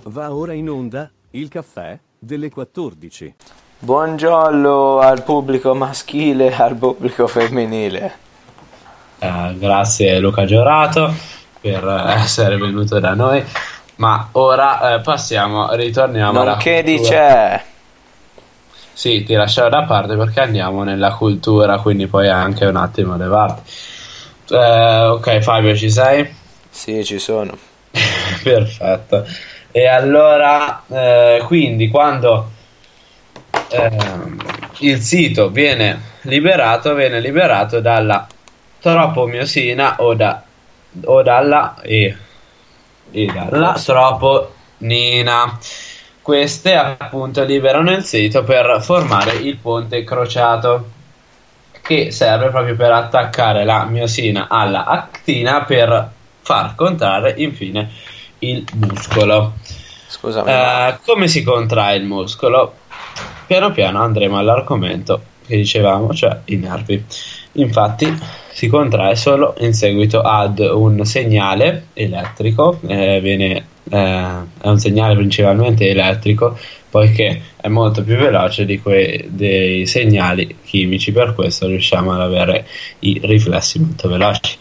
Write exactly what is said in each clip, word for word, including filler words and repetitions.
Va ora in onda il caffè delle quattordici. Buongiorno al pubblico maschile e al pubblico femminile. Eh, grazie Luca Giorato per essere venuto da noi. Ma ora eh, passiamo, ritorniamo alla Nonché cultura. dice... Sì, ti lascerò da parte perché andiamo nella cultura, quindi poi anche un attimo levarti. Eh, ok Fabio, ci sei? Sì, ci sono. Perfetto. E allora, eh, quindi quando eh, il sito viene liberato, viene liberato dalla tropomiosina o, da, o dalla e, e dalla troponina. Queste appunto liberano il sito per formare il ponte crociato, che serve proprio per attaccare la miosina alla actina per far contrarre infine il muscolo. Scusami. Eh, come si contrae il muscolo? Piano piano andremo all'argomento che dicevamo, cioè i nervi. Infatti si contrae solo in seguito ad un segnale elettrico, eh, viene, eh, è un segnale principalmente elettrico, poiché è molto più veloce di quei dei segnali chimici, per questo riusciamo ad avere i riflessi molto veloci.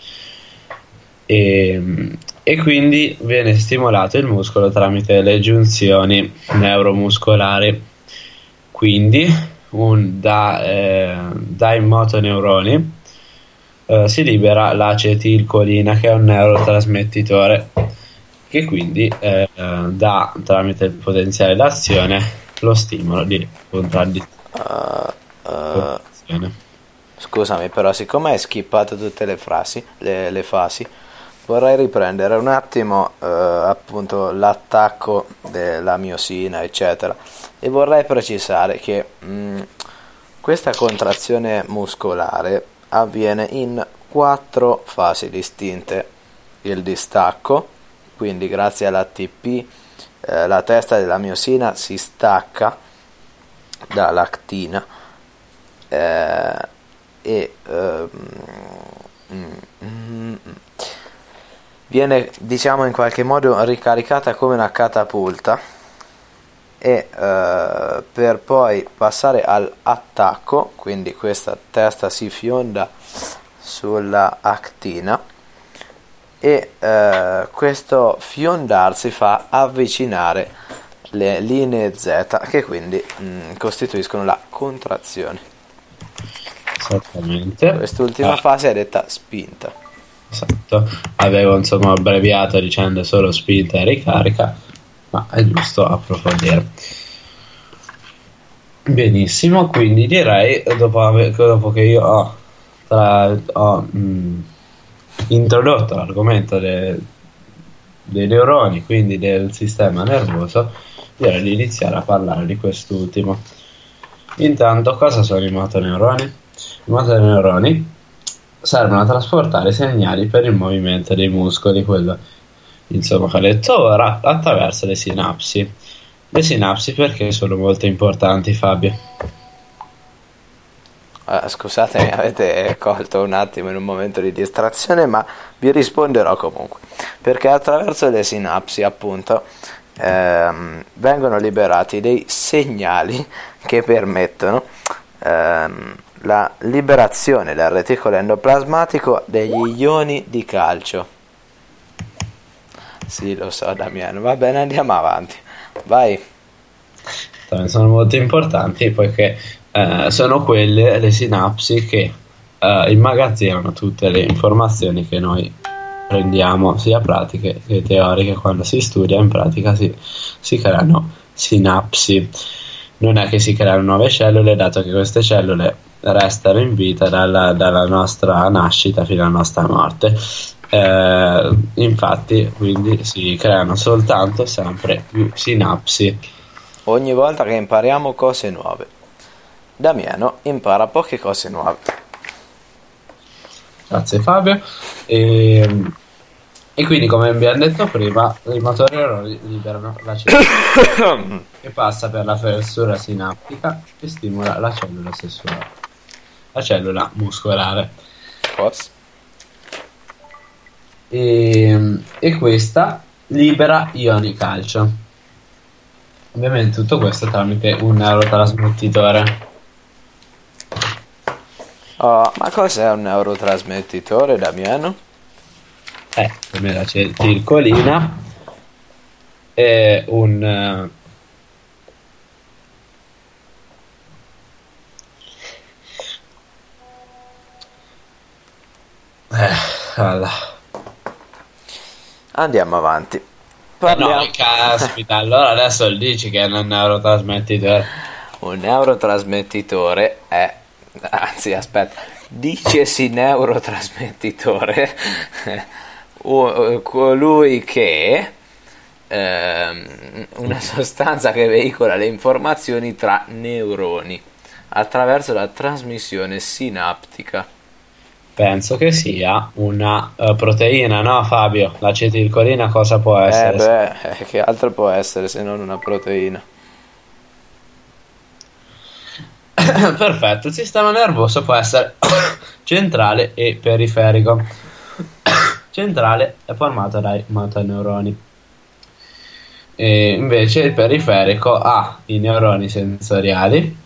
E, e quindi viene stimolato il muscolo tramite le giunzioni neuromuscolari. Quindi un, da, eh, dai motoneuroni eh, si libera l'acetilcolina, che è un neurotrasmettitore, che quindi eh, dà tramite il potenziale d'azione lo stimolo di contraddizione. Uh, uh, scusami, però siccome hai skippato tutte le frasi, le, le fasi, vorrei riprendere un attimo uh, appunto l'attacco della miosina, eccetera, e vorrei precisare che mh, questa contrazione muscolare avviene in quattro fasi distinte. Il distacco, quindi grazie all'A T P eh, la testa della miosina si stacca dall'actina eh, e eh, mm, mm, viene, diciamo, in qualche modo ricaricata come una catapulta, e eh, per poi passare all'attacco, quindi questa testa si fionda sulla actina e eh, questo fiondarsi fa avvicinare le linee Z, che quindi mh, costituiscono la contrazione. Esattamente. Quest'ultima ah. fase è detta spinta. Esatto, avevo insomma abbreviato dicendo solo spinta e ricarica, ma è giusto approfondire. Benissimo, quindi direi, dopo, dopo che io ho, tra, ho mh, introdotto l'argomento de, dei neuroni, quindi del sistema nervoso, direi di iniziare a parlare di quest'ultimo. Intanto, cosa sono i motoneuroni? I motoneuroni servono a trasportare segnali per il movimento dei muscoli, quello insomma che ho detto ora, attraverso le sinapsi. Le sinapsi perché sono molto importanti, Fabio? Uh, scusate, mi avete colto un attimo in un momento di distrazione, ma vi risponderò comunque. Perché attraverso le sinapsi, appunto, ehm, vengono liberati dei segnali che permettono ehm, la liberazione dal reticolo endoplasmatico degli ioni di calcio. Sì, lo so, Damiano. Va bene, andiamo avanti. Vai. Sono molto importanti poiché eh, sono quelle le sinapsi che eh, immagazzinano tutte le informazioni che noi prendiamo, sia pratiche che teoriche. Quando si studia in pratica si, si creano sinapsi. Non è che si creano nuove cellule, dato che queste cellule restano in vita dalla, dalla nostra nascita fino alla nostra morte. Eh, infatti, quindi si creano soltanto sempre più sinapsi ogni volta che impariamo cose nuove. Damiano impara poche cose nuove. Grazie Fabio. E, e quindi, come abbiamo detto prima, i motoneuroni liberano la cellula che passa per la fessura sinaptica e stimola la cellula sessuale, la cellula muscolare. Cosa? E, e questa libera ioni calcio. ovviamente tutto questo tramite un neurotrasmettitore. Oh, ma cos'è un neurotrasmettitore, Damiano? Eh, come l'acetilcolina è un eh, allora. Andiamo avanti. Parliamo... Eh no, caspita, allora adesso dici che è un neurotrasmettitore. Un neurotrasmettitore è, anzi aspetta, dicesi neurotrasmettitore colui che ehm, una sostanza che veicola le informazioni tra neuroni attraverso la trasmissione sinaptica. Penso che sia una uh, proteina, no Fabio? L'acetilcolina cosa può essere? Eh beh, che altro può essere se non una proteina? Perfetto, il sistema nervoso può essere centrale e periferico. Centrale è formato dai motoneuroni. E invece il periferico ha i neuroni sensoriali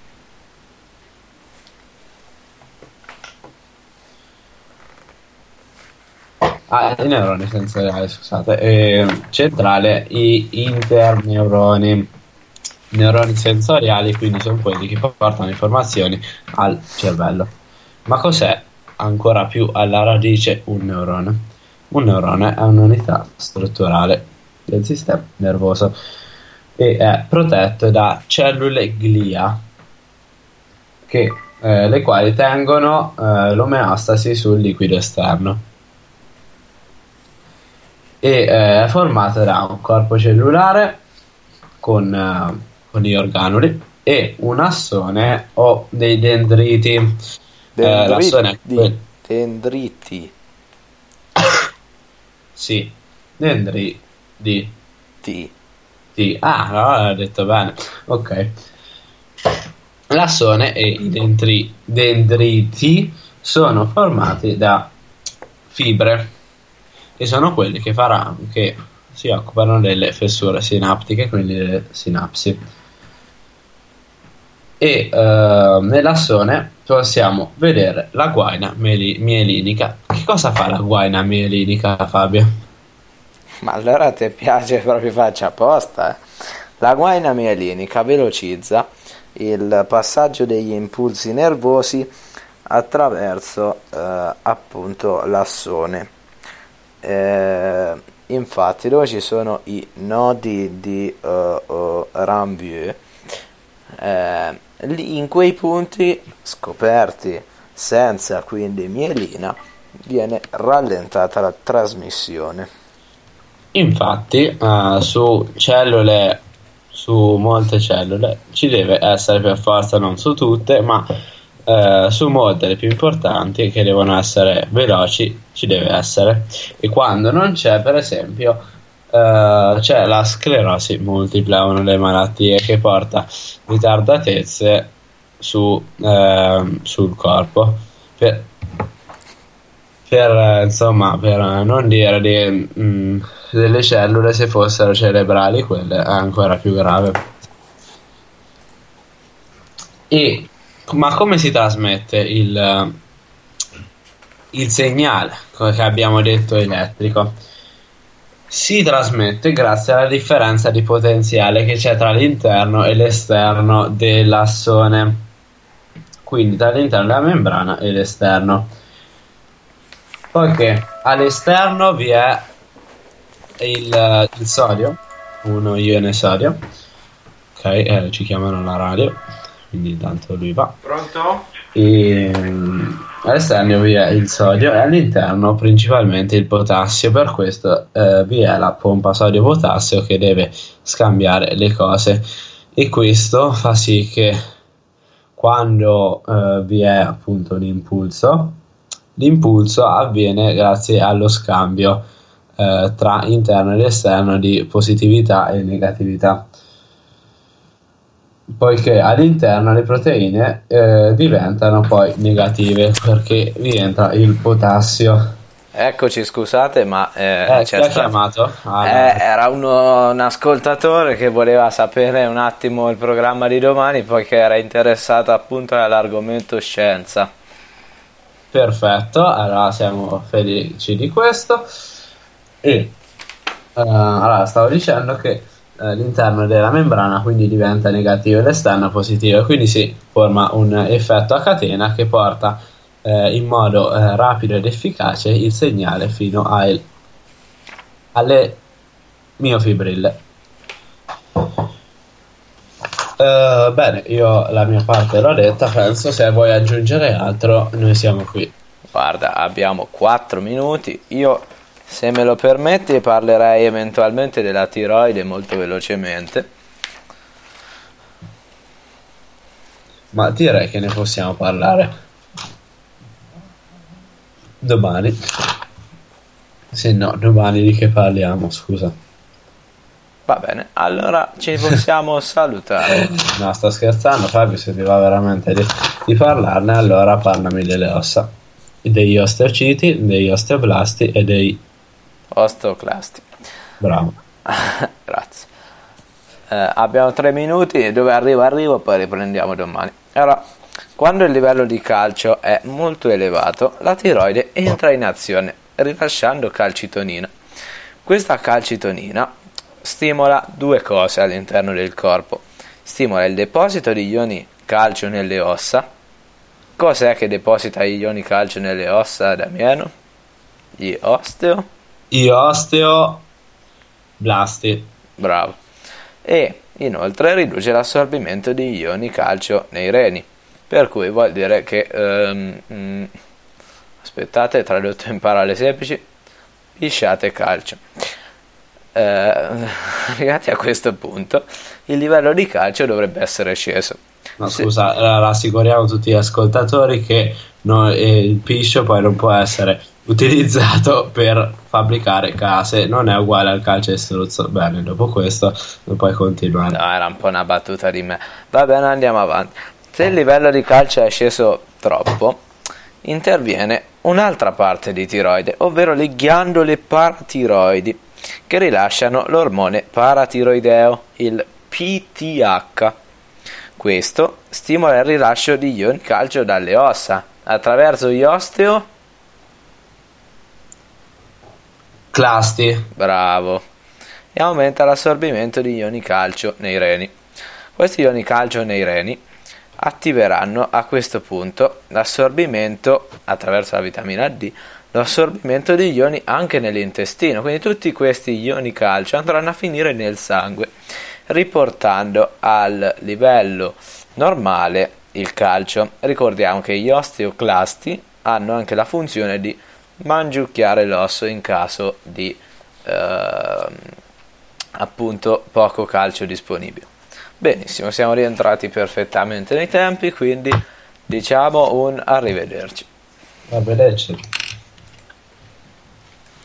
Ah, i neuroni sensoriali, scusate, e centrale i interneuroni. I neuroni sensoriali quindi sono quelli che portano informazioni al cervello. Ma cos'è ancora più alla radice un neurone? Un neurone è un'unità strutturale del sistema nervoso e è protetto da cellule glia, che, eh, le quali tengono eh, l'omeostasi sul liquido esterno. E eh, è formata da un corpo cellulare con, eh, con gli organuli e un assone o dei dendriti. Dendriti, eh, l'assone quel... dendriti. Sì, dendriti. T. T. Ah, no, l'ho detto bene. Ok. L'assone e i dendri... dendriti sono formati da fibre, e sono quelli che, farà, che si occupano delle fessure sinaptiche, quindi delle sinapsi. E eh, nell'assone possiamo vedere la guaina meli- mielinica. Che cosa fa la guaina mielinica, Fabio? Ma allora ti piace proprio faccia apposta. Eh? La guaina mielinica velocizza il passaggio degli impulsi nervosi attraverso eh, appunto l'assone. Eh, infatti dove ci sono i nodi di uh, uh, Ranvier, eh, lì in quei punti scoperti senza quindi mielina viene rallentata la trasmissione. Infatti uh, su cellule, su molte cellule ci deve essere per forza, non su tutte, ma Uh, su molte le più importanti che devono essere veloci ci deve essere, e quando non c'è, per esempio uh, c'è la sclerosi multipla, una delle malattie che porta ritardatezze su, uh, sul corpo, per, per insomma per non dire di, mh, delle cellule, se fossero cerebrali quelle è ancora più grave. E ma come si trasmette il, il segnale, come abbiamo detto, elettrico? Si trasmette grazie alla differenza di potenziale che c'è tra l'interno e l'esterno dell'assone, quindi tra l'interno della membrana e l'esterno. Poiché all'esterno vi è il, il sodio, uno ione sodio, ok, eh, ci chiamano la radio, quindi intanto lui va. Pronto? E um, all'esterno vi è il sodio e all'interno principalmente il potassio. Per questo eh, vi è la pompa sodio-potassio che deve scambiare le cose, e questo fa sì che quando eh, vi è appunto l'impulso, l'impulso avviene grazie allo scambio eh, tra interno ed esterno di positività e negatività, poiché all'interno le proteine eh, diventano poi negative perché vi entra il potassio, Eccoci, scusate, ma eh, Eh, chi c'è ha stato- chiamato? Ah, Eh, era uno- un ascoltatore che voleva sapere un attimo il programma di domani, poiché era interessato appunto all'argomento scienza. perfetto, allora siamo felici di questo. E eh, allora stavo dicendo che eh, l'interno della membrana quindi diventa negativo e l'esterno positivo, e quindi si forma un effetto a catena che porta eh, in modo eh, rapido ed efficace il segnale fino ai- alle miofibrille. Eh, bene, io la mia parte l'ho detta, penso. Se vuoi aggiungere altro, noi siamo qui. Guarda, abbiamo quattro minuti. Io, se me lo permetti, parlerei eventualmente della tiroide molto velocemente. Ma direi che ne possiamo parlare domani. Se no, domani di che parliamo, scusa. Va bene, allora ci possiamo salutare. No, sto scherzando, Fabio, se ti va veramente di, di parlarne, allora parlami delle ossa, degli osteociti, degli osteoblasti e dei... Osteoclasti. Bravo. Grazie. Eh, abbiamo tre minuti, dove arrivo arrivo, poi riprendiamo domani. Allora, quando il livello di calcio è molto elevato, la tiroide entra in azione rilasciando calcitonina. Questa calcitonina stimola due cose all'interno del corpo. Stimola il deposito di ioni calcio nelle ossa. Cos'è che deposita gli ioni calcio nelle ossa, Damiano? Gli osteo? Gli osteoblasti. Bravo. E inoltre riduce l'assorbimento di ioni calcio nei reni, per cui vuol dire che ehm, mm, aspettate, tradotto in parole semplici, pisciate calcio. Eh, arrivati a questo punto, il livello di calcio dovrebbe essere sceso. No, Se- scusa, eh, rassicuriamo tutti gli ascoltatori che no, eh, il piscio poi non può essere utilizzato per fabbricare case, non è uguale al calcio e struzzo. Bene, dopo questo non puoi continuare. No, era un po' una battuta di me. Va bene, andiamo avanti. Se il livello di calcio è sceso troppo, interviene un'altra parte di tiroide, ovvero le ghiandole paratiroidi, che rilasciano l'ormone paratiroideo, il P T H. Questo stimola il rilascio di ioni calcio dalle ossa attraverso gli osteo. Clasti. Bravo. E aumenta l'assorbimento di ioni calcio nei reni. Questi ioni calcio nei reni attiveranno a questo punto l'assorbimento attraverso la vitamina D, l'assorbimento di ioni anche nell'intestino, quindi tutti questi ioni calcio andranno a finire nel sangue, riportando al livello normale il calcio. Ricordiamo che gli osteoclasti hanno anche la funzione di mangiucchiare l'osso in caso di eh, appunto poco calcio disponibile. Benissimo, siamo rientrati perfettamente nei tempi, quindi diciamo un arrivederci. Arrivederci.